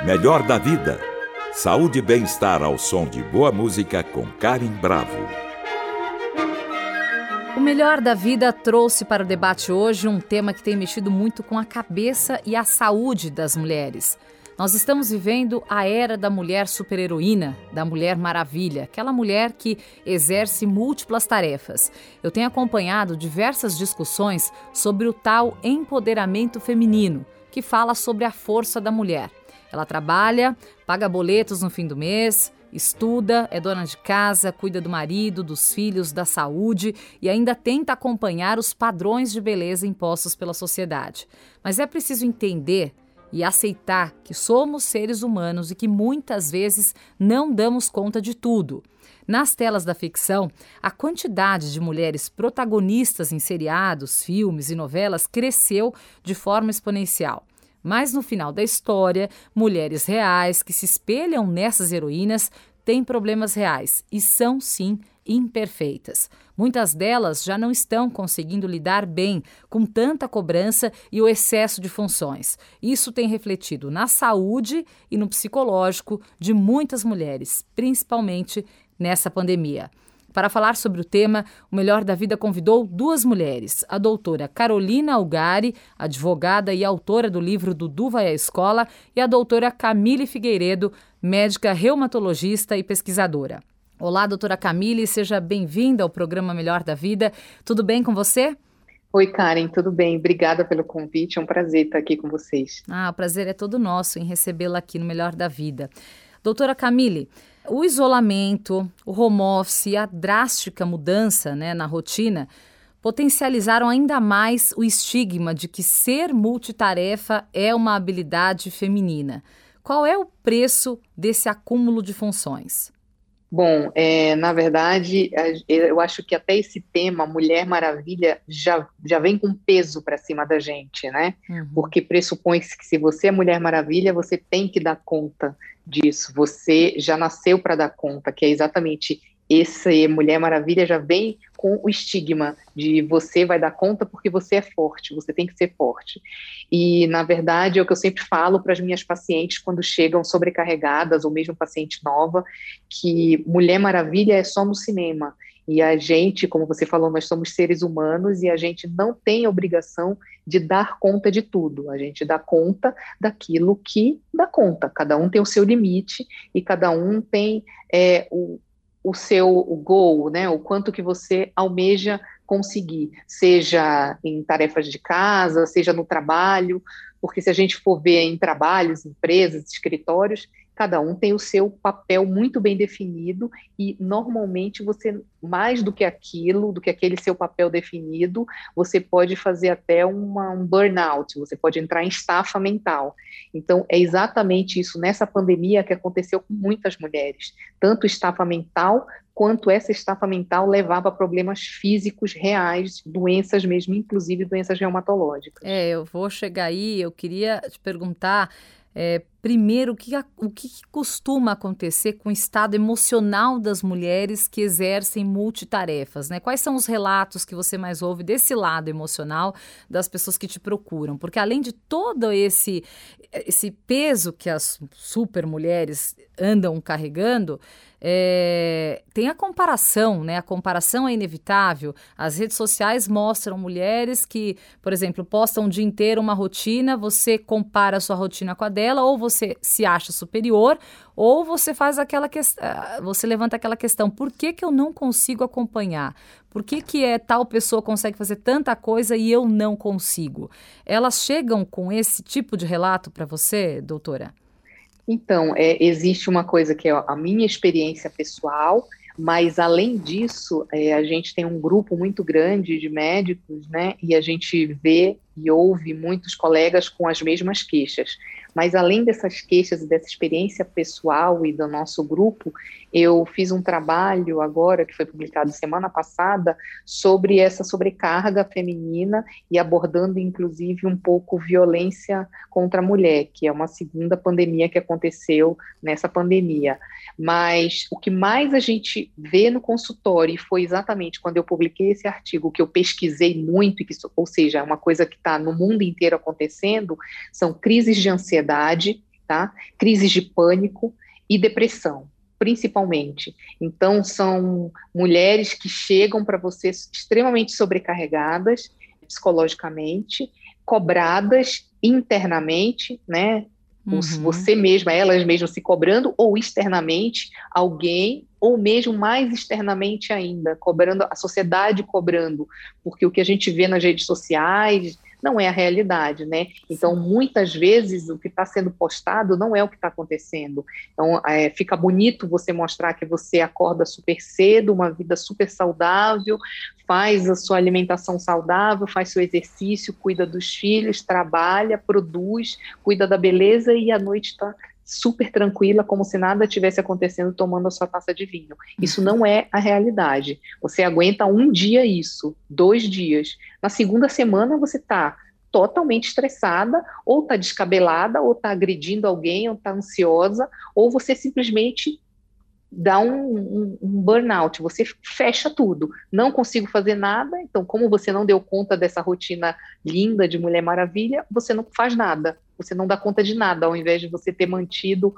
Melhor da Vida. Saúde e bem-estar ao som de boa música com Karen Bravo. O Melhor da Vida trouxe para o debate hoje um tema que tem mexido muito com a cabeça e a saúde das mulheres. Nós estamos vivendo a era da mulher super-heroína, da Mulher Maravilha, aquela mulher que exerce múltiplas tarefas. Eu tenho acompanhado diversas discussões sobre o tal empoderamento feminino, que fala sobre a força da mulher. Ela trabalha, paga boletos no fim do mês, estuda, é dona de casa, cuida do marido, dos filhos, da saúde e ainda tenta acompanhar os padrões de beleza impostos pela sociedade. Mas é preciso entender e aceitar que somos seres humanos e que muitas vezes não damos conta de tudo. Nas telas da ficção, a quantidade de mulheres protagonistas em seriados, filmes e novelas cresceu de forma exponencial. Mas no final da história, mulheres reais que se espelham nessas heroínas têm problemas reais e são, sim, imperfeitas. Muitas delas já não estão conseguindo lidar bem com tanta cobrança e o excesso de funções. Isso tem refletido na saúde e no psicológico de muitas mulheres, principalmente nessa pandemia. Para falar sobre o tema, o Melhor da Vida convidou duas mulheres, a doutora Carolina Algari, advogada e autora do livro Dudu Vai à Escola, e a doutora Camille Figueiredo, médica reumatologista e pesquisadora. Olá, doutora Camille, seja bem-vinda ao programa Melhor da Vida. Tudo bem com você? Oi, Karen, tudo bem? Obrigada pelo convite, é um prazer estar aqui com vocês. O prazer é todo nosso em recebê-la aqui no Melhor da Vida. Doutora Camille, o isolamento, o home office e a drástica mudança, na rotina potencializaram ainda mais o estigma de que ser multitarefa é uma habilidade feminina. Qual é o preço desse acúmulo de funções? Bom, na verdade, eu acho que até esse tema, Mulher Maravilha, já vem com peso para cima da gente, né? Uhum. Porque pressupõe-se que se você é Mulher Maravilha, você tem que dar conta disso, você já nasceu para dar conta, que é exatamente esse Mulher Maravilha já vem com o estigma de você vai dar conta porque você é forte, você tem que ser forte. E, na verdade, é o que eu sempre falo para as minhas pacientes quando chegam sobrecarregadas, ou mesmo paciente nova, que Mulher Maravilha é só no cinema. E a gente, como você falou, nós somos seres humanos e a gente não tem obrigação de dar conta de tudo. A gente dá conta daquilo que dá conta. Cada um tem o seu limite e cada um tem o seu goal, né? O quanto que você almeja conseguir, seja em tarefas de casa, seja no trabalho, porque se a gente for ver em trabalhos, empresas, escritórios, cada um tem o seu papel muito bem definido e, normalmente, você, mais do que aquilo, do que aquele seu papel definido, você pode fazer até um burnout, você pode entrar em estafa mental. Então, é exatamente isso, nessa pandemia, que aconteceu com muitas mulheres, tanto estafa mental, quanto essa estafa mental levava a problemas físicos reais, doenças mesmo, inclusive doenças reumatológicas. Eu vou chegar aí, eu queria te perguntar, primeiro, o que costuma acontecer com o estado emocional das mulheres que exercem multitarefas, né? Quais são os relatos que você mais ouve desse lado emocional das pessoas que te procuram? Porque além de todo esse peso que as super mulheres andam carregando, tem a comparação, né? A comparação é inevitável. As redes sociais mostram mulheres que, por exemplo, postam o dia inteiro uma rotina, você compara a sua rotina com a dela, ou você se acha superior, ou você faz você levanta aquela questão: por que eu não consigo acompanhar? Por que tal pessoa consegue fazer tanta coisa e eu não consigo? Elas chegam com esse tipo de relato para você, doutora? Então, existe uma coisa que é a minha experiência pessoal, mas, além disso, a gente tem um grupo muito grande de médicos, né, e a gente vê e ouve muitos colegas com as mesmas queixas. Mas, além dessas queixas e dessa experiência pessoal e do nosso grupo, eu fiz um trabalho agora, que foi publicado semana passada, sobre essa sobrecarga feminina e abordando, inclusive, um pouco violência contra a mulher, que é uma segunda pandemia que aconteceu nessa pandemia. Mas o que mais a gente vê no consultório, e foi exatamente quando eu publiquei esse artigo, que eu pesquisei muito, ou seja, é uma coisa que está no mundo inteiro acontecendo, são crises de ansiedade tá? Crises de pânico e depressão, principalmente. Então, são mulheres que chegam para você extremamente sobrecarregadas psicologicamente, cobradas internamente, né? Você mesma, elas mesmas se cobrando, ou externamente alguém, ou mesmo mais externamente ainda, cobrando, a sociedade cobrando, porque o que a gente vê nas redes sociais não é a realidade, né? Então, muitas vezes, o que está sendo postado não é o que está acontecendo. Então, fica bonito você mostrar que você acorda super cedo, uma vida super saudável, faz a sua alimentação saudável, faz seu exercício, cuida dos filhos, trabalha, produz, cuida da beleza e à noite está super tranquila, como se nada tivesse acontecendo, tomando a sua taça de vinho. Isso não é a realidade. Você aguenta um dia isso, 2 dias. Na segunda semana você está totalmente estressada, ou está descabelada, ou está agredindo alguém, ou está ansiosa, ou você simplesmente dá um burnout, você fecha tudo, não consigo fazer nada, então como você não deu conta dessa rotina linda de Mulher Maravilha, você não faz nada, você não dá conta de nada, ao invés de você ter mantido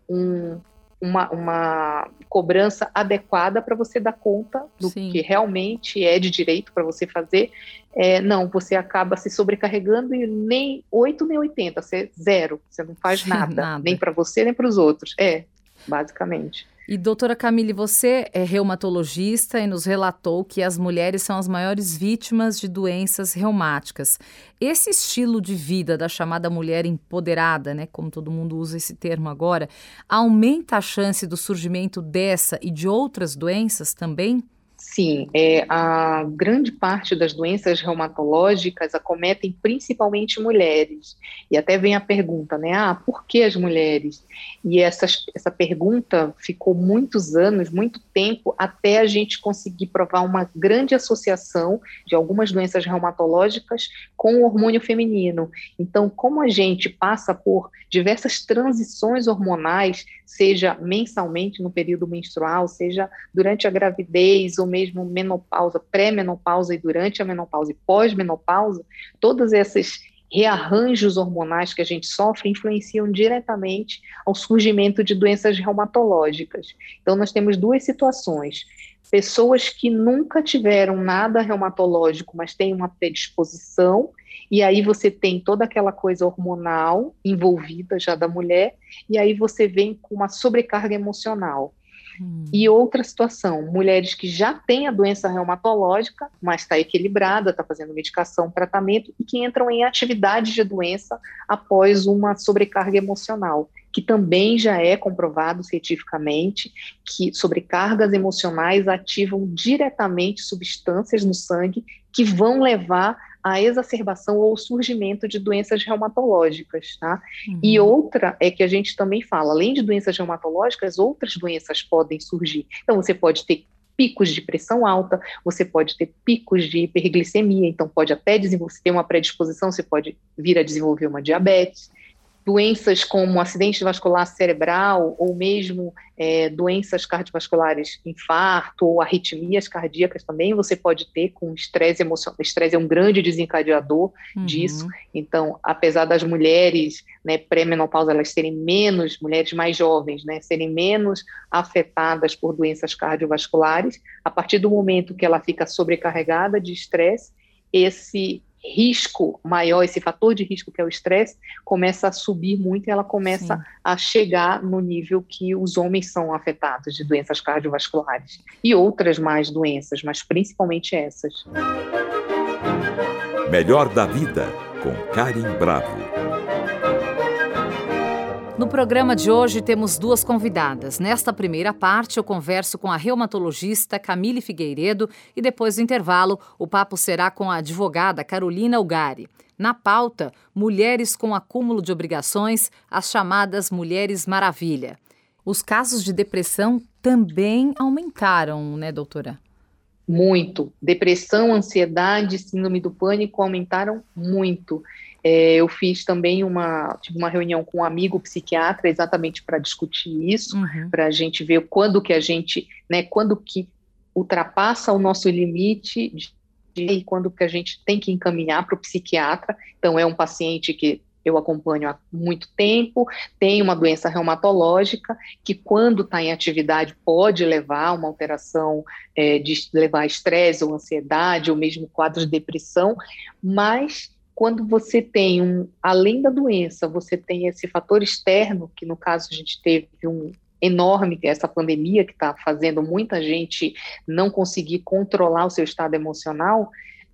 uma cobrança adequada para você dar conta do que realmente é de direito para você fazer, não, você acaba se sobrecarregando e nem 8 nem 80, você zero, você não faz nada, nem para você nem para os outros, basicamente. E doutora Camille, você é reumatologista e nos relatou que as mulheres são as maiores vítimas de doenças reumáticas. Esse estilo de vida da chamada mulher empoderada, né, como todo mundo usa esse termo agora, aumenta a chance do surgimento dessa e de outras doenças também? Sim, a grande parte das doenças reumatológicas acometem principalmente mulheres. E até vem a pergunta, né? Por que as mulheres? E essa pergunta ficou muitos anos, muito tempo, até a gente conseguir provar uma grande associação de algumas doenças reumatológicas com o hormônio feminino. Então, como a gente passa por diversas transições hormonais, seja mensalmente no período menstrual, seja durante a gravidez, ou mesmo menopausa, pré-menopausa e durante a menopausa e pós-menopausa, todos esses rearranjos hormonais que a gente sofre influenciam diretamente ao surgimento de doenças reumatológicas. Então, nós temos 2 situações. Pessoas que nunca tiveram nada reumatológico, mas têm uma predisposição, e aí você tem toda aquela coisa hormonal envolvida já da mulher, e aí você vem com uma sobrecarga emocional. E outra situação, mulheres que já têm a doença reumatológica, mas está equilibrada, está fazendo medicação, tratamento, e que entram em atividade de doença após uma sobrecarga emocional, que também já é comprovado cientificamente que sobrecargas emocionais ativam diretamente substâncias no sangue que vão levar à exacerbação ou surgimento de doenças reumatológicas, tá? E outra é que a gente também fala, além de doenças reumatológicas, outras doenças podem surgir. Então, você pode ter picos de pressão alta, você pode ter picos de hiperglicemia, então pode até desenvolver, se tem uma predisposição, você pode vir a desenvolver uma diabetes. Doenças como acidente vascular cerebral ou mesmo doenças cardiovasculares, infarto ou arritmias cardíacas também você pode ter com estresse emocional. O estresse é um grande desencadeador disso. Então, apesar das mulheres, né, pré-menopausa, elas serem menos, mulheres mais jovens, né, serem menos afetadas por doenças cardiovasculares, a partir do momento que ela fica sobrecarregada de estresse, esse risco maior, esse fator de risco que é o estresse, começa a subir muito e ela começa a chegar no nível que os homens são afetados de doenças cardiovasculares e outras mais doenças, mas principalmente essas. Melhor da Vida, com Karen Bravo. No programa de hoje temos 2 convidadas. Nesta primeira parte eu converso com a reumatologista Camille Figueiredo e depois do intervalo o papo será com a advogada Carolina Ugari. Na pauta, mulheres com acúmulo de obrigações, as chamadas Mulheres Maravilha. Os casos de depressão também aumentaram, né, doutora? Muito. Depressão, ansiedade, síndrome do pânico aumentaram muito. Eu fiz também tive uma reunião com um amigo psiquiatra exatamente para discutir isso, para a gente ver quando que a gente, né, quando que ultrapassa o nosso limite e quando que a gente tem que encaminhar para o psiquiatra. Então, é um paciente que eu acompanho há muito tempo, tem uma doença reumatológica que, quando está em atividade, pode levar a uma alteração, de levar a estresse ou ansiedade, ou mesmo quadros de depressão, mas quando você tem, além da doença, você tem esse fator externo, que no caso a gente teve enorme, essa pandemia que está fazendo muita gente não conseguir controlar o seu estado emocional,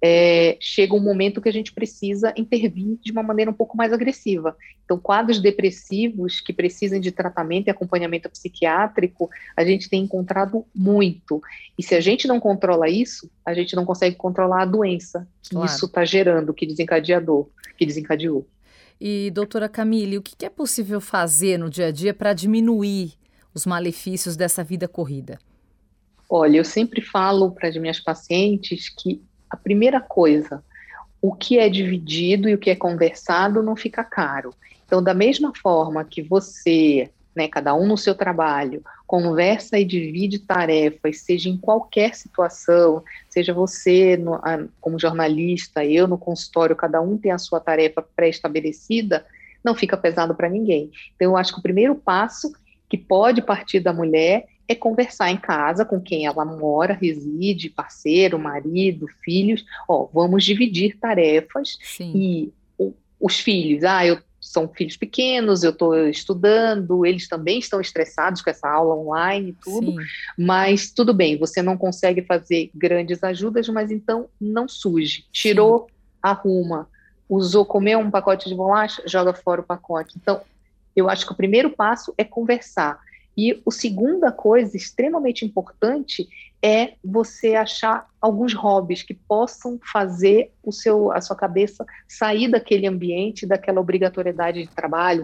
chega um momento que a gente precisa intervir de uma maneira um pouco mais agressiva. Então, quadros depressivos que precisam de tratamento e acompanhamento psiquiátrico, a gente tem encontrado muito. E se a gente não controla isso, a gente não consegue controlar a doença que isso está gerando, que desencadeou. E, doutora Camille, o que é possível fazer no dia a dia para diminuir os malefícios dessa vida corrida? Olha, eu sempre falo para as minhas pacientes que a primeira coisa, o que é dividido e o que é conversado não fica caro. Então, da mesma forma que você, cada um no seu trabalho, conversa e divide tarefas, seja em qualquer situação, seja você como jornalista, eu no consultório, cada um tem a sua tarefa pré-estabelecida, não fica pesado para ninguém. Então, eu acho que o primeiro passo que pode partir da mulher é conversar em casa com quem ela mora, reside, parceiro, marido, filhos. Vamos dividir tarefas. Sim. E os filhos, são filhos pequenos, eu estou estudando, eles também estão estressados com essa aula online e tudo, Sim. Mas tudo bem, você não consegue fazer grandes ajudas, mas então não suje. Tirou, arruma, comeu um pacote de bolacha, joga fora o pacote. Então, eu acho que o primeiro passo é conversar. E a segunda coisa extremamente importante é você achar alguns hobbies que possam fazer a sua cabeça sair daquele ambiente, daquela obrigatoriedade de trabalho.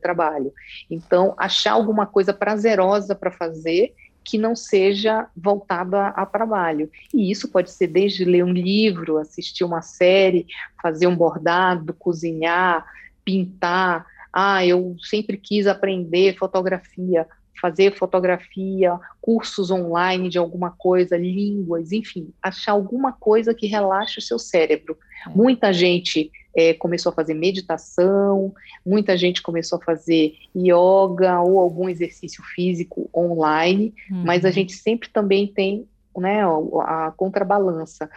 Então, achar alguma coisa prazerosa para fazer que não seja voltada a trabalho. E isso pode ser desde ler um livro, assistir uma série, fazer um bordado, cozinhar, pintar. Eu sempre quis aprender fotografia, fazer fotografia, cursos online de alguma coisa, línguas, enfim, achar alguma coisa que relaxe o seu cérebro. Muita gente começou a fazer meditação, muita gente começou a fazer yoga ou algum exercício físico online, mas a gente sempre também tem, a contrabalança.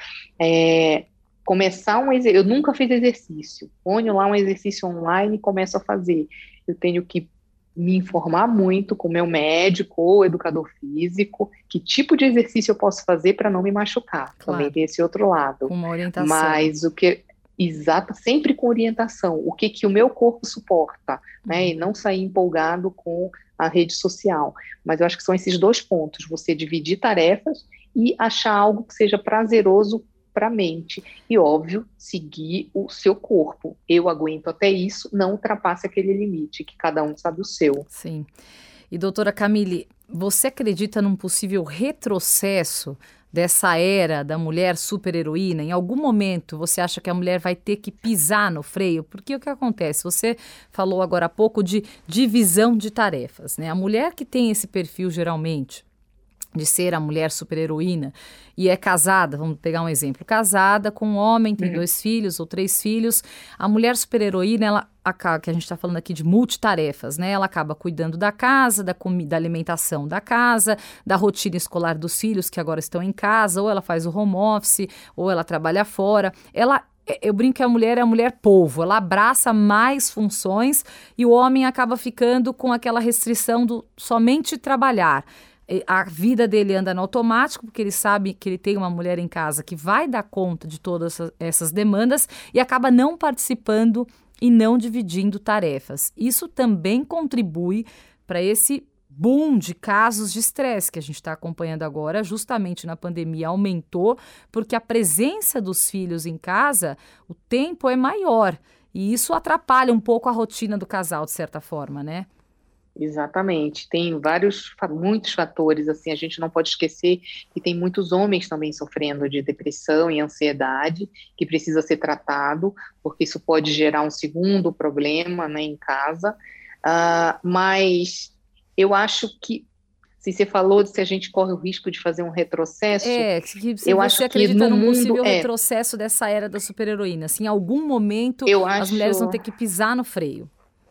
Eu nunca fiz exercício, ponho lá um exercício online e começo a fazer. Eu tenho que me informar muito com o meu médico ou educador físico, que tipo de exercício eu posso fazer para não me machucar. Claro. Também tem esse outro lado. Com uma orientação. Mas sempre com orientação. O que o meu corpo suporta, E não sair empolgado com a rede social. Mas eu acho que são esses dois pontos, você dividir tarefas e achar algo que seja prazeroso para a mente. E, óbvio, seguir o seu corpo. Eu aguento até isso, não ultrapasse aquele limite, que cada um sabe o seu. Sim. E, doutora Camille, você acredita num possível retrocesso dessa era da mulher super-heroína? Em algum momento você acha que a mulher vai ter que pisar no freio? Porque o que acontece? Você falou agora há pouco de divisão de tarefas, A mulher que tem esse perfil, geralmente, de ser a mulher super-heroína e é casada, vamos pegar um exemplo, casada com um homem, tem 2 filhos ou 3 filhos, a mulher super-heroína, que a gente está falando aqui de multitarefas, Ela acaba cuidando da casa, da comida, da alimentação da casa, da rotina escolar dos filhos que agora estão em casa, ou ela faz o home office, ou ela trabalha fora, eu brinco que a mulher é a mulher polvo, ela abraça mais funções e o homem acaba ficando com aquela restrição do somente trabalhar. A vida dele anda no automático, porque ele sabe que ele tem uma mulher em casa que vai dar conta de todas essas demandas e acaba não participando e não dividindo tarefas. Isso também contribui para esse boom de casos de estresse que a gente está acompanhando agora, justamente na pandemia aumentou, porque a presença dos filhos em casa, o tempo é maior e isso atrapalha um pouco a rotina do casal, de certa forma, Exatamente, tem muitos fatores, assim, a gente não pode esquecer que tem muitos homens também sofrendo de depressão e ansiedade, que precisa ser tratado, porque isso pode gerar um segundo problema, em casa, mas eu acho que Se você falou de se a gente corre o risco de fazer um retrocesso, que se eu você acho que acredita no num mundo possível retrocesso dessa era da super-heroína, assim, em algum momento as mulheres vão ter que pisar no freio.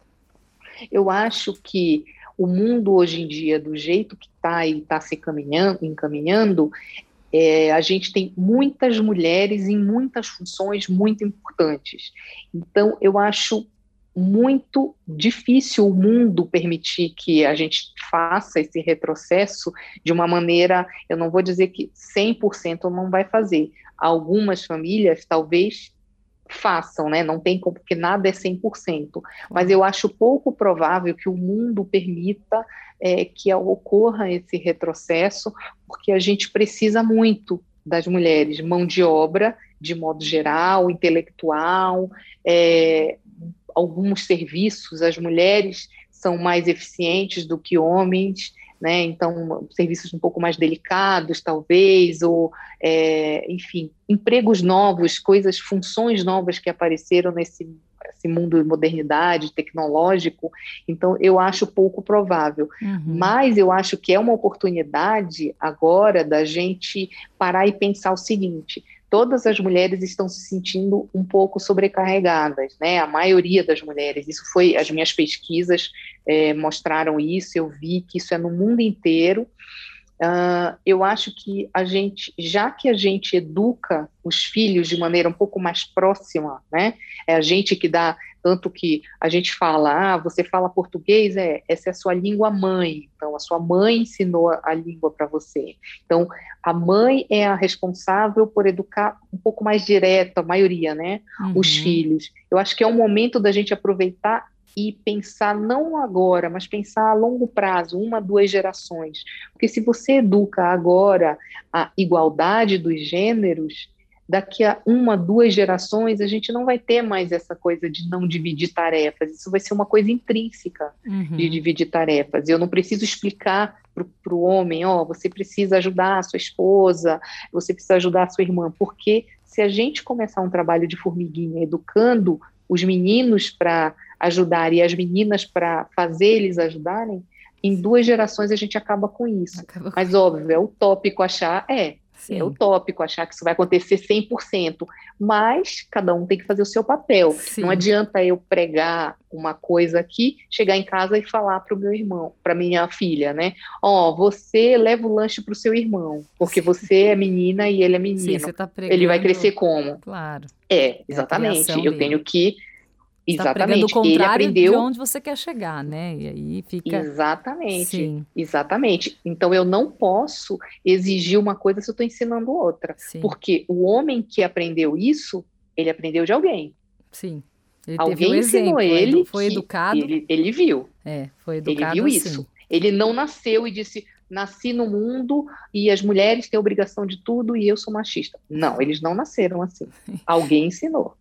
Eu acho que o mundo hoje em dia, do jeito que está e está se encaminhando, a gente tem muitas mulheres em muitas funções muito importantes. Então, eu acho muito difícil o mundo permitir que a gente faça esse retrocesso de uma maneira, eu não vou dizer que 100% não vai fazer. Algumas famílias talvez façam, né? Não tem como, porque nada é 100%, mas eu acho pouco provável que o mundo permita que ocorra esse retrocesso, porque a gente precisa muito das mulheres, mão de obra, de modo geral, intelectual, alguns serviços, as mulheres são mais eficientes do que homens, né? Então, serviços um pouco mais delicados, talvez, ou, enfim, empregos novos, funções novas que apareceram nesse mundo de modernidade, tecnológico. Então, eu acho pouco provável. Mas eu acho que é uma oportunidade agora da gente parar e pensar o seguinte: todas as mulheres estão se sentindo um pouco sobrecarregadas, né? A maioria das mulheres, as minhas pesquisas mostraram isso, eu vi que isso é no mundo inteiro. Eu acho que já que a gente educa os filhos de maneira um pouco mais próxima, né? É a gente que dá, tanto que a gente fala, você fala português, essa é a sua língua mãe, então a sua mãe ensinou a língua para você. Então, a mãe é a responsável por educar um pouco mais direto, a maioria, né? Os filhos. Eu acho que é um momento da gente aproveitar e pensar não agora, mas pensar a longo prazo, 1, 2 gerações. Porque se você educa agora a igualdade dos gêneros, daqui a 1, 2 gerações, a gente não vai ter mais essa coisa de não dividir tarefas. Isso vai ser uma coisa intrínseca de dividir tarefas. Eu não preciso explicar para o homem, você precisa ajudar a sua esposa, você precisa ajudar a sua irmã, porque se a gente começar um trabalho de formiguinha, educando os meninos para ajudar e as meninas para fazer eles ajudarem, em 2 gerações a gente acaba com isso. Mas, óbvio, é utópico achar que isso vai acontecer 100%, mas cada um tem que fazer o seu papel. Sim. Não adianta eu pregar uma coisa aqui, chegar em casa e falar para o meu irmão, para minha filha, né? Você leva o lanche para o seu irmão, porque você é menina e ele é menino. Sim, você tá pregando... Ele vai crescer como? Claro. Exatamente. Eu tenho que... Está pregando o contrário de onde você quer chegar, né? E aí fica... Exatamente, Sim. Exatamente. Então, eu não posso exigir uma coisa se eu estou ensinando outra. Sim. Porque o homem que aprendeu isso, ele aprendeu de alguém. Sim. Ele alguém teve um ensinou exemplo, ele, foi educado. Ele viu. Foi educado. Ele viu isso. Ele não nasceu e disse, nasci no mundo e as mulheres têm a obrigação de tudo e eu sou machista. Não, eles não nasceram assim. Alguém ensinou.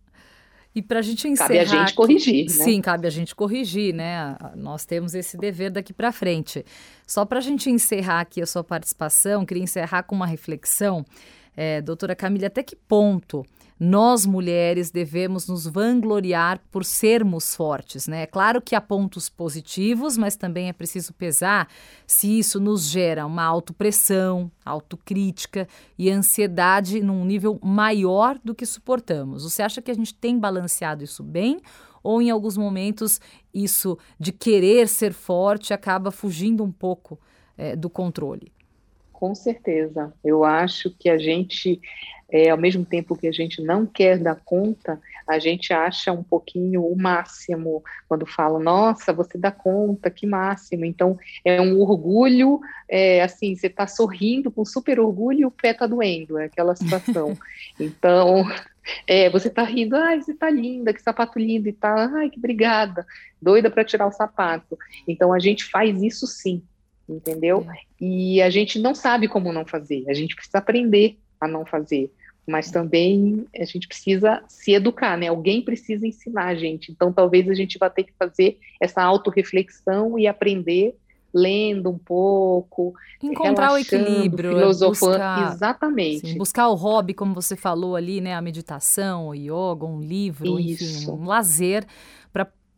E para a gente encerrar... Cabe a gente corrigir, né? Sim, cabe a gente corrigir, né? Nós temos esse dever daqui para frente. Só para a gente encerrar aqui a sua participação, queria encerrar com uma reflexão. Doutora Camille, até que ponto nós, mulheres, devemos nos vangloriar por sermos fortes, né? É claro que há pontos positivos, mas também é preciso pesar se isso nos gera uma autopressão, autocrítica e ansiedade num nível maior do que suportamos. Você acha que a gente tem balanceado isso bem? Ou em alguns momentos isso de querer ser forte acaba fugindo um pouco do controle? Com certeza. Eu acho que a gente, ao mesmo tempo que a gente não quer dar conta, a gente acha um pouquinho o máximo. Quando fala, nossa, você dá conta, que máximo. Então, é um orgulho, assim, você está sorrindo com super orgulho e o pé está doendo, é aquela situação. Então, você está rindo, você está linda, que sapato lindo, e tá, que obrigada, doida para tirar o sapato. Então, a gente faz isso sim. Entendeu? E a gente não sabe como não fazer, a gente precisa aprender a não fazer, mas também a gente precisa se educar, né? Alguém precisa ensinar a gente, então talvez a gente vá ter que fazer essa autorreflexão e aprender lendo um pouco, encontrar o equilíbrio, filosofando, exatamente. Sim, buscar o hobby, como você falou ali, né? A meditação, o yoga, um livro, enfim, um lazer, para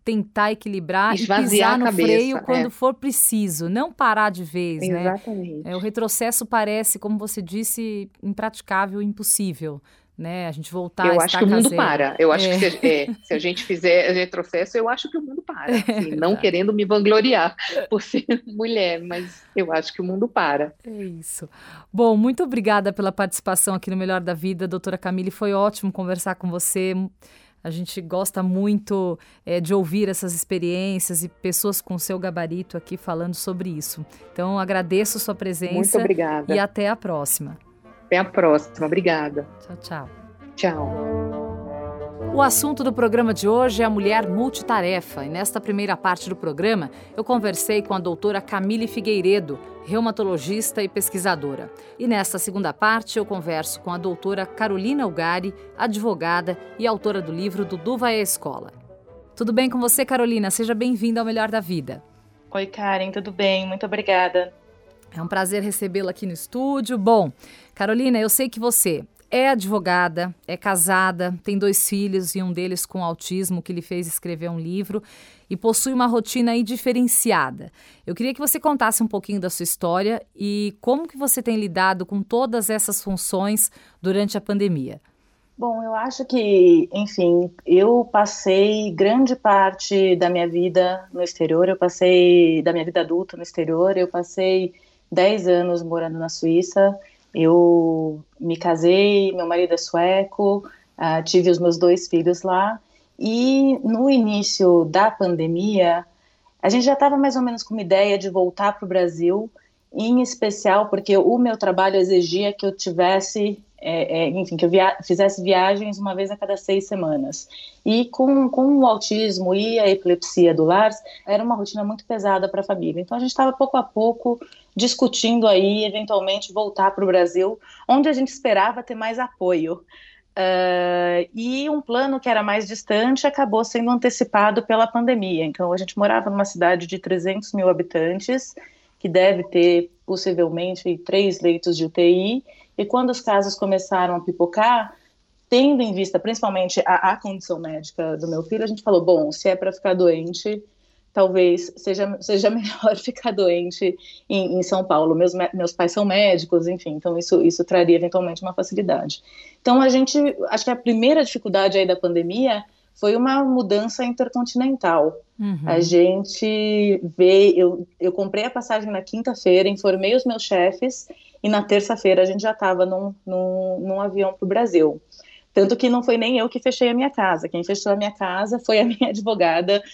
tentar equilibrar esvaziar e pisar no a cabeça, freio quando for preciso, não parar de vez, Exatamente. né? O retrocesso parece, como você disse, impraticável, impossível, né? A gente voltar a Eu acho que o estaca mundo zero. para. Eu acho que se a gente fizer retrocesso, eu acho que o mundo para. Assim, não querendo me vangloriar por ser mulher, mas eu acho que o mundo para. É isso. Bom, muito obrigada pela participação aqui no Melhor da Vida, doutora Camille. Foi ótimo conversar com você. A gente gosta muito de ouvir essas experiências e pessoas com seu gabarito aqui falando sobre isso. Então, agradeço sua presença. Muito obrigada. E até a próxima. Até a próxima. Obrigada. Tchau, tchau. Tchau. O assunto do programa de hoje é a mulher multitarefa. E nesta primeira parte do programa, eu conversei com a doutora Camille Figueiredo, reumatologista e pesquisadora. E nesta segunda parte, eu converso com a doutora Carolina Ugari, advogada e autora do livro Dudu Vai à Escola. Tudo bem com você, Carolina? Seja bem-vinda ao Melhor da Vida. Oi, Karen, tudo bem? Muito obrigada. É um prazer recebê-la aqui no estúdio. Bom, Carolina, eu sei que você é advogada, é casada, tem 2 filhos e um deles com autismo que lhe fez escrever um livro e possui uma rotina aí diferenciada. Eu queria que você contasse um pouquinho da sua história e como que você tem lidado com todas essas funções durante a pandemia. Bom, eu acho que, enfim, eu passei grande parte da minha vida no exterior, da minha vida adulta no exterior, eu passei 10 anos morando na Suíça. Eu me casei, meu marido é sueco, tive os meus 2 filhos lá, e no início da pandemia, a gente já estava mais ou menos com uma ideia de voltar para o Brasil, em especial porque o meu trabalho exigia que eu tivesse, enfim, que eu fizesse viagens uma vez a cada 6 semanas. E com o autismo e a epilepsia do Lars, era uma rotina muito pesada para a família. Então a gente estava pouco a pouco discutindo aí, eventualmente, voltar para o Brasil, onde a gente esperava ter mais apoio. E um plano que era mais distante acabou sendo antecipado pela pandemia. Então a gente morava numa cidade de 300 mil habitantes, que deve ter possivelmente 3 leitos de UTI, e quando os casos começaram a pipocar, tendo em vista principalmente a condição médica do meu filho, a gente falou, bom, se é para ficar doente, talvez seja melhor ficar doente em São Paulo. Meus pais são médicos, enfim, então isso traria eventualmente uma facilidade. Então acho que a primeira dificuldade aí da pandemia foi uma mudança intercontinental. Uhum. A gente eu comprei a passagem na quinta-feira, informei os meus chefes, e na terça-feira a gente já estava num avião para o Brasil. Tanto que não foi nem eu que fechei a minha casa. Quem fechou a minha casa foi a minha advogada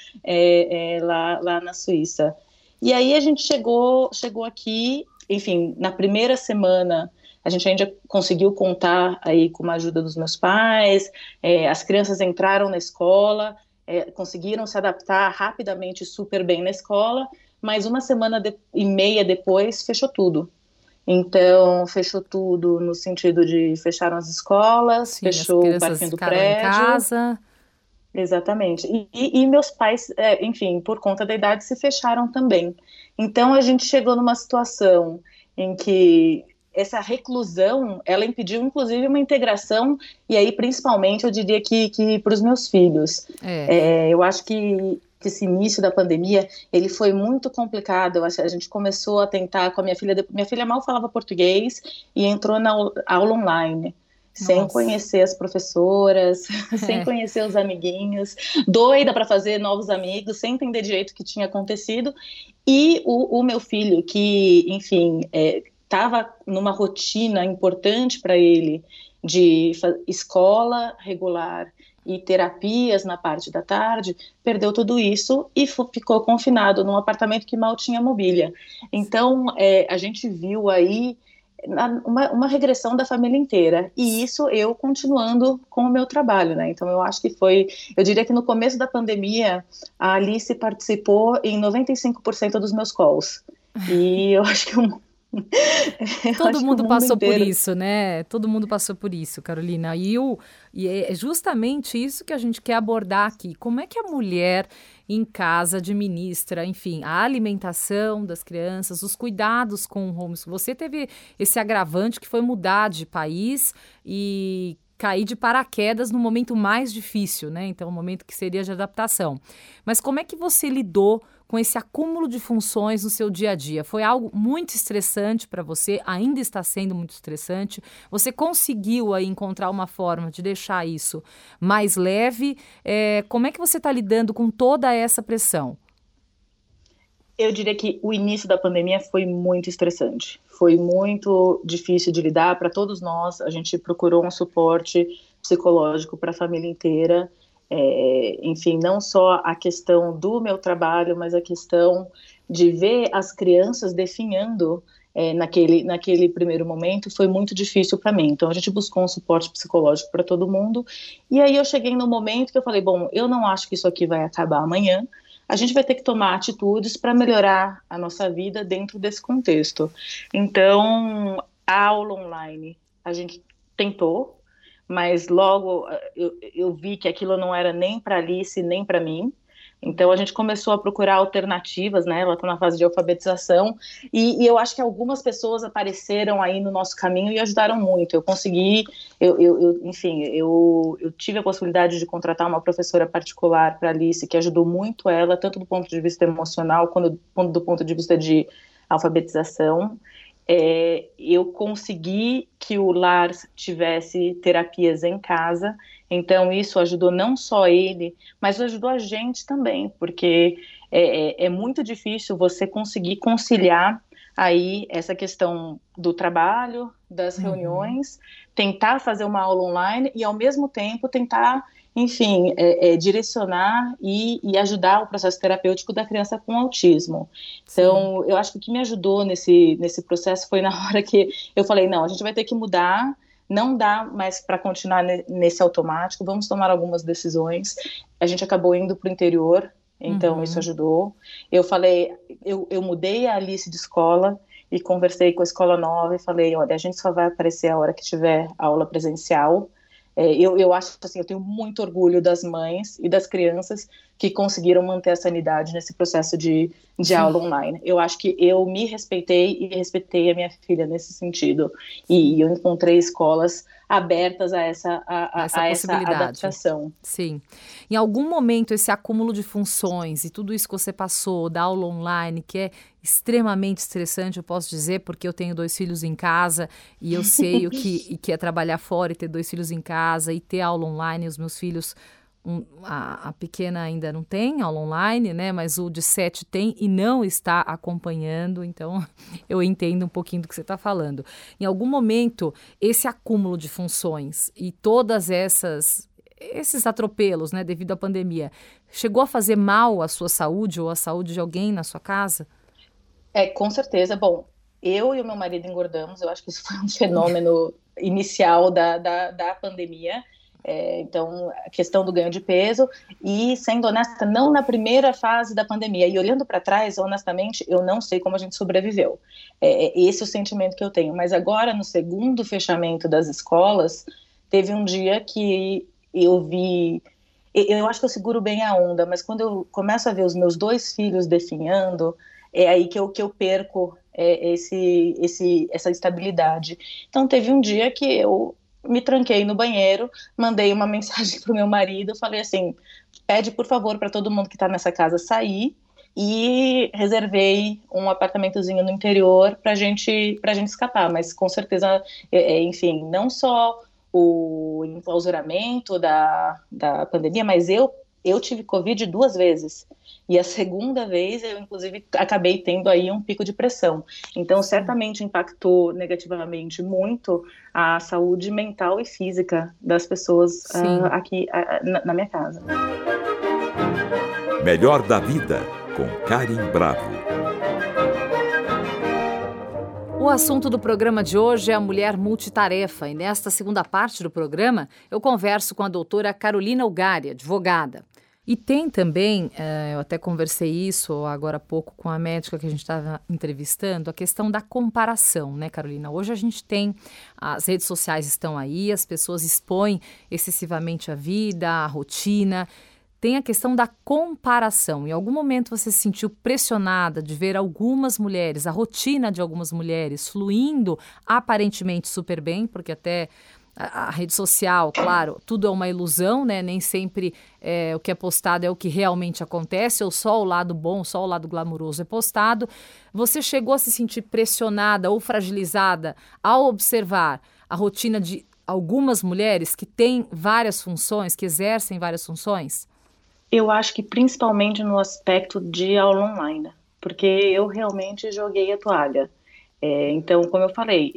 lá na Suíça. E aí a gente chegou aqui, enfim, na primeira semana a gente ainda conseguiu contar aí com a ajuda dos meus pais, as crianças entraram na escola, conseguiram se adaptar rapidamente super bem na escola, mas uma semana e meia depois fechou tudo. Então, fechou tudo no sentido de fecharam as escolas, sim, fechou o parquinho do prédio. Em casa. Exatamente. E meus pais, enfim, por conta da idade, se fecharam também. Então, a gente chegou numa situação em que essa reclusão, ela impediu, inclusive, uma integração, e aí, principalmente, eu diria que para os meus filhos. Eu acho que esse início da pandemia, ele foi muito complicado. A gente começou a tentar com a minha filha mal falava português e entrou na aula online, sem conhecer as professoras, sem conhecer os amiguinhos, doida para fazer novos amigos, sem entender direito o que tinha acontecido. E o meu filho, que, enfim, estava numa rotina importante para ele de escola regular e terapias na parte da tarde, perdeu tudo isso e ficou confinado num apartamento que mal tinha mobília. Então, a gente viu aí uma regressão da família inteira, e isso eu continuando com o meu trabalho, né? Então eu acho que eu diria que no começo da pandemia, a Alice participou em 95% dos meus calls, e eu acho que todo mundo passou por isso, né? Todo mundo passou por isso, Carolina. E é justamente isso que a gente quer abordar aqui. Como é que a mulher em casa administra, enfim, a alimentação das crianças, os cuidados com o homeschool? Você teve esse agravante que foi mudar de país e cair de paraquedas no momento mais difícil, né? Então, o momento que seria de adaptação. Mas como é que você lidou com esse acúmulo de funções no seu dia a dia? Foi algo muito estressante para você? Ainda está sendo muito estressante? Você conseguiu aí encontrar uma forma de deixar isso mais leve? Como é que você está lidando com toda essa pressão? Eu diria que o início da pandemia foi muito estressante. Foi muito difícil de lidar para todos nós. A gente procurou um suporte psicológico para a família inteira. Enfim, não só a questão do meu trabalho, mas a questão de ver as crianças definhando naquele primeiro momento foi muito difícil para mim. Então a gente buscou um suporte psicológico para todo mundo. E aí eu cheguei no momento que eu falei, bom, eu não acho que isso aqui vai acabar amanhã. A gente vai ter que tomar atitudes para melhorar a nossa vida dentro desse contexto. Então, a aula online, a gente tentou, mas logo eu vi que aquilo não era nem para Alice, nem para mim. Então, a gente começou a procurar alternativas, né? Ela está na fase de alfabetização, e eu acho que algumas pessoas apareceram aí no nosso caminho e ajudaram muito. Eu consegui, enfim, eu tive a possibilidade de contratar uma professora particular para Alice, que ajudou muito ela, tanto do ponto de vista emocional, quanto do ponto de vista de alfabetização. Eu consegui que o lar tivesse terapias em casa, então isso ajudou não só ele, mas ajudou a gente também, porque é muito difícil você conseguir conciliar aí essa questão do trabalho, das reuniões, tentar fazer uma aula online e ao mesmo tempo tentar, enfim, direcionar e ajudar o processo terapêutico da criança com autismo. Então, eu acho que o que me ajudou nesse processo foi na hora que eu falei, não, a gente vai ter que mudar, não dá mais para continuar nesse automático, vamos tomar algumas decisões. A gente acabou indo para o interior, então isso ajudou. Eu falei, eu mudei a Alice de escola e conversei com a escola nova e falei, olha, a gente só vai aparecer a hora que tiver aula presencial. Eu acho assim, eu tenho muito orgulho das mães e das crianças que conseguiram manter a sanidade nesse processo de aula online. Eu acho que eu me respeitei e respeitei a minha filha nesse sentido. E eu encontrei escolas abertas a essa adaptação. Sim. Em algum momento, esse acúmulo de funções e tudo isso que você passou, da aula online, que é extremamente estressante, eu posso dizer, porque eu tenho 2 filhos em casa e eu sei o que é trabalhar fora e ter 2 filhos em casa e ter aula online. Os meus filhos, a pequena ainda não tem aula online, né? Mas o de 7 tem e não está acompanhando, então eu entendo um pouquinho do que você está falando. Em algum momento, esse acúmulo de funções e todas esses atropelos, né, devido à pandemia, chegou a fazer mal à sua saúde ou à saúde de alguém na sua casa? Com certeza. Bom, eu e o meu marido engordamos, eu acho que isso foi um fenômeno inicial da pandemia. Então, a questão do ganho de peso e, sendo honesta, não na primeira fase da pandemia. E olhando para trás, honestamente, eu não sei como a gente sobreviveu. Esse é o sentimento que eu tenho. Mas agora, no segundo fechamento das escolas, teve um dia que eu vi... Eu acho que eu seguro bem a onda, mas quando eu começo a ver os meus 2 filhos definhando, é aí que eu perco essa estabilidade. Então, teve um dia que eu me tranquei no banheiro, mandei uma mensagem pro meu marido, falei assim, pede por favor para todo mundo que está nessa casa sair, e reservei um apartamentozinho no interior pra gente escapar, mas com certeza, enfim, não só o enclausuramento da pandemia, mas eu tive Covid 2 vezes. E a segunda vez, eu, inclusive, acabei tendo aí um pico de pressão. Então, certamente impactou negativamente muito a saúde mental e física das pessoas aqui na minha casa. Melhor da Vida, com Karen Bravo. O assunto do programa de hoje é a mulher multitarefa. E nesta segunda parte do programa, eu converso com a doutora Carolina Ugari, advogada. E tem também, eu até conversei isso agora há pouco com a médica que a gente estava entrevistando, a questão da comparação, né, Carolina? Hoje a gente tem, as redes sociais estão aí, as pessoas expõem excessivamente a vida, a rotina. Tem a questão da comparação. Em algum momento você se sentiu pressionada de ver algumas mulheres, a rotina de algumas mulheres fluindo aparentemente super bem, porque até a rede social, claro, tudo é uma ilusão, né? Nem sempre o que é postado é o que realmente acontece, ou só o lado bom, só o lado glamuroso é postado. Você chegou a se sentir pressionada ou fragilizada ao observar a rotina de algumas mulheres que têm várias funções, que exercem várias funções? Eu acho que principalmente no aspecto de aula online, porque eu realmente joguei a toalha. Então, como eu falei,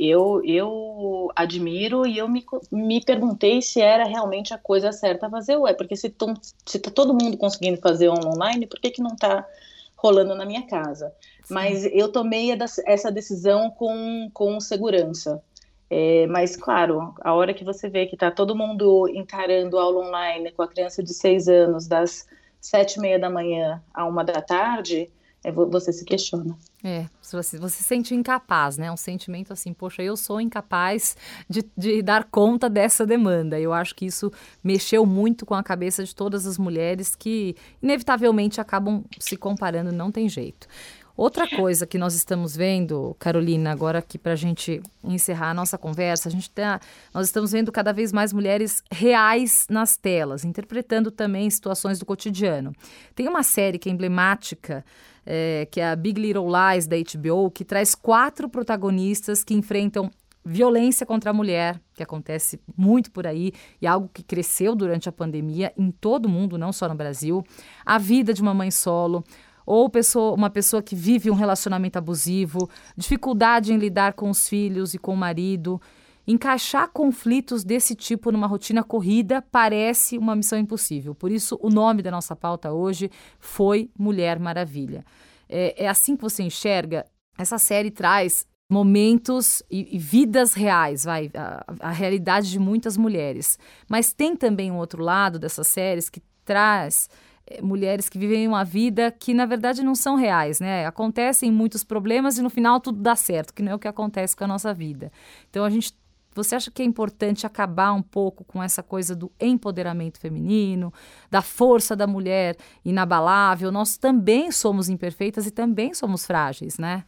eu admiro e eu me perguntei se era realmente a coisa certa a fazer. Porque se tá todo mundo conseguindo fazer online, por que não está rolando na minha casa? Sim. Mas eu tomei essa decisão com segurança. Mas, claro, a hora que você vê que está todo mundo encarando aula online com a criança de 6 anos, das 7h30 da manhã à 1 da tarde, você se questiona. Você se sente incapaz, né? Um sentimento assim, poxa, eu sou incapaz de dar conta dessa demanda. Eu acho que isso mexeu muito com a cabeça de todas as mulheres que, inevitavelmente, acabam se comparando, não tem jeito. Outra coisa que nós estamos vendo, Carolina, agora aqui para a gente encerrar a nossa conversa, nós estamos vendo cada vez mais mulheres reais nas telas, interpretando também situações do cotidiano. Tem uma série que é emblemática, que é a Big Little Lies da HBO, que traz 4 protagonistas que enfrentam violência contra a mulher, que acontece muito por aí e algo que cresceu durante a pandemia em todo o mundo, não só no Brasil. A vida de uma mãe solo, ou uma pessoa que vive um relacionamento abusivo, dificuldade em lidar com os filhos e com o marido. Encaixar conflitos desse tipo numa rotina corrida parece uma missão impossível. Por isso, o nome da nossa pauta hoje foi Mulher Maravilha. É assim que você enxerga? Essa série traz momentos e vidas reais, a realidade de muitas mulheres. Mas tem também um outro lado dessas séries que traz mulheres que vivem uma vida que, na verdade, não são reais, né? Acontecem muitos problemas e, no final, tudo dá certo, que não é o que acontece com a nossa vida. Então, você acha que é importante acabar um pouco com essa coisa do empoderamento feminino, da força da mulher inabalável? Nós também somos imperfeitas e também somos frágeis, né?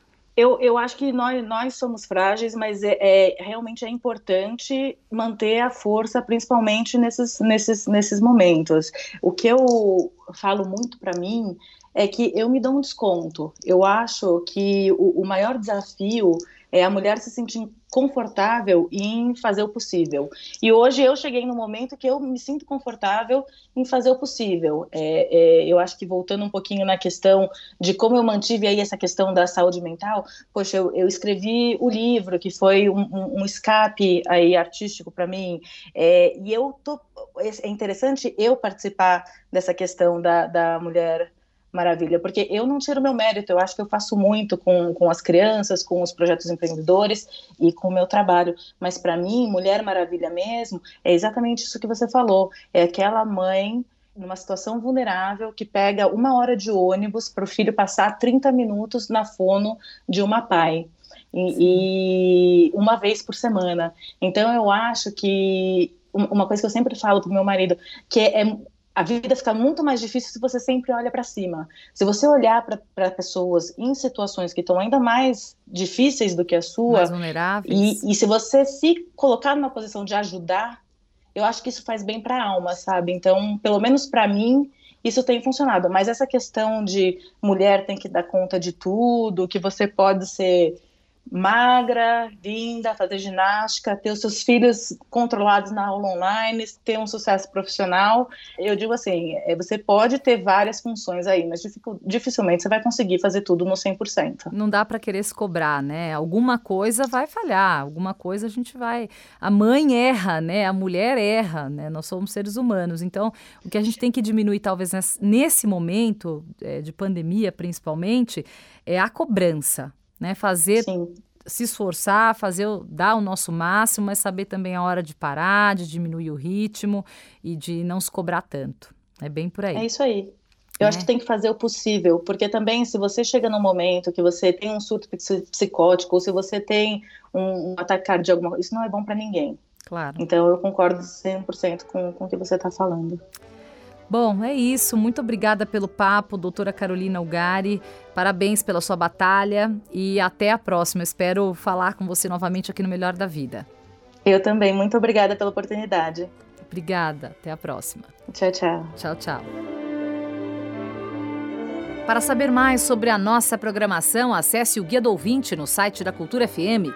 Eu acho que nós somos frágeis, mas realmente é importante manter a força, principalmente nesses momentos. O que eu falo muito para mim é que eu me dou um desconto. Eu acho que o maior desafio é a mulher se sentir confortável em fazer o possível. E hoje eu cheguei no momento que eu me sinto confortável em fazer o possível. Eu acho que voltando um pouquinho na questão de como eu mantive aí essa questão da saúde mental, poxa, eu escrevi o livro, que foi um escape aí artístico para mim, é interessante eu participar dessa questão da Mulher Maravilha, porque eu não tiro meu mérito, eu acho que eu faço muito com as crianças, com os projetos empreendedores e com o meu trabalho, mas para mim, Mulher Maravilha mesmo, é exatamente isso que você falou, é aquela mãe numa situação vulnerável que pega 1 hora de ônibus para o filho passar 30 minutos na fono de uma PAI, e uma vez por semana. Então eu acho que uma coisa que eu sempre falo pro meu marido, que a vida fica muito mais difícil se você sempre olha para cima. Se você olhar para pessoas em situações que estão ainda mais difíceis do que a sua, mais vulneráveis, e se você se colocar numa posição de ajudar, eu acho que isso faz bem para a alma, sabe? Então, pelo menos para mim, isso tem funcionado. Mas essa questão de mulher tem que dar conta de tudo, que você pode ser magra, linda, fazer ginástica, ter os seus filhos controlados na aula online, ter um sucesso profissional. Eu digo assim, você pode ter várias funções aí, mas dificilmente você vai conseguir fazer tudo no 100%. Não dá para querer se cobrar, né? Alguma coisa vai falhar, alguma coisa a gente vai... A mãe erra, né? A mulher erra, né? Nós somos seres humanos. Então, o que a gente tem que diminuir, talvez, nesse momento de pandemia, principalmente, é a cobrança. Né, Sim. Se esforçar, dar o nosso máximo, mas saber também a hora de parar, de diminuir o ritmo e de não se cobrar tanto. É bem por aí. É isso aí. Eu acho que tem que fazer o possível, porque também se você chega num momento que você tem um surto psicótico, ou se você tem um ataque cardíaco, isso não é bom para ninguém. Claro. Então eu concordo 100% com o que você está falando. Bom, é isso. Muito obrigada pelo papo, doutora Carolina Ugari. Parabéns pela sua batalha e até a próxima. Espero falar com você novamente aqui no Melhor da Vida. Eu também, muito obrigada pela oportunidade. Obrigada, até a próxima. Tchau, tchau. Tchau, tchau. Para saber mais sobre a nossa programação, acesse o Guia do Ouvinte no site da Cultura FM,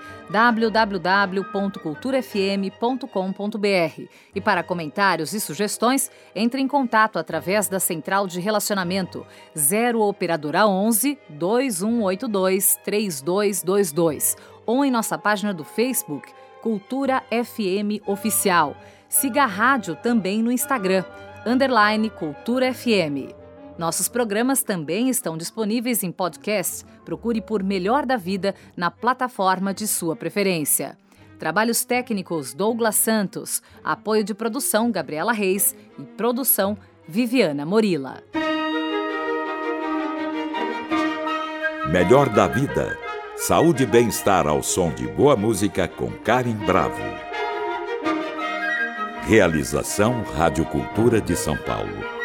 www.culturafm.com.br. E para comentários e sugestões, entre em contato através da Central de Relacionamento 0 Operadora 11 2182 3222 ou em nossa página do Facebook, Cultura FM Oficial. Siga a rádio também no Instagram, _Cultura FM. Nossos programas também estão disponíveis em podcast. Procure por Melhor da Vida na plataforma de sua preferência. Trabalhos técnicos Douglas Santos. Apoio de produção Gabriela Reis e produção Viviana Morila. Melhor da Vida. Saúde e bem-estar ao som de boa música com Karen Bravo. Realização Rádio Cultura de São Paulo.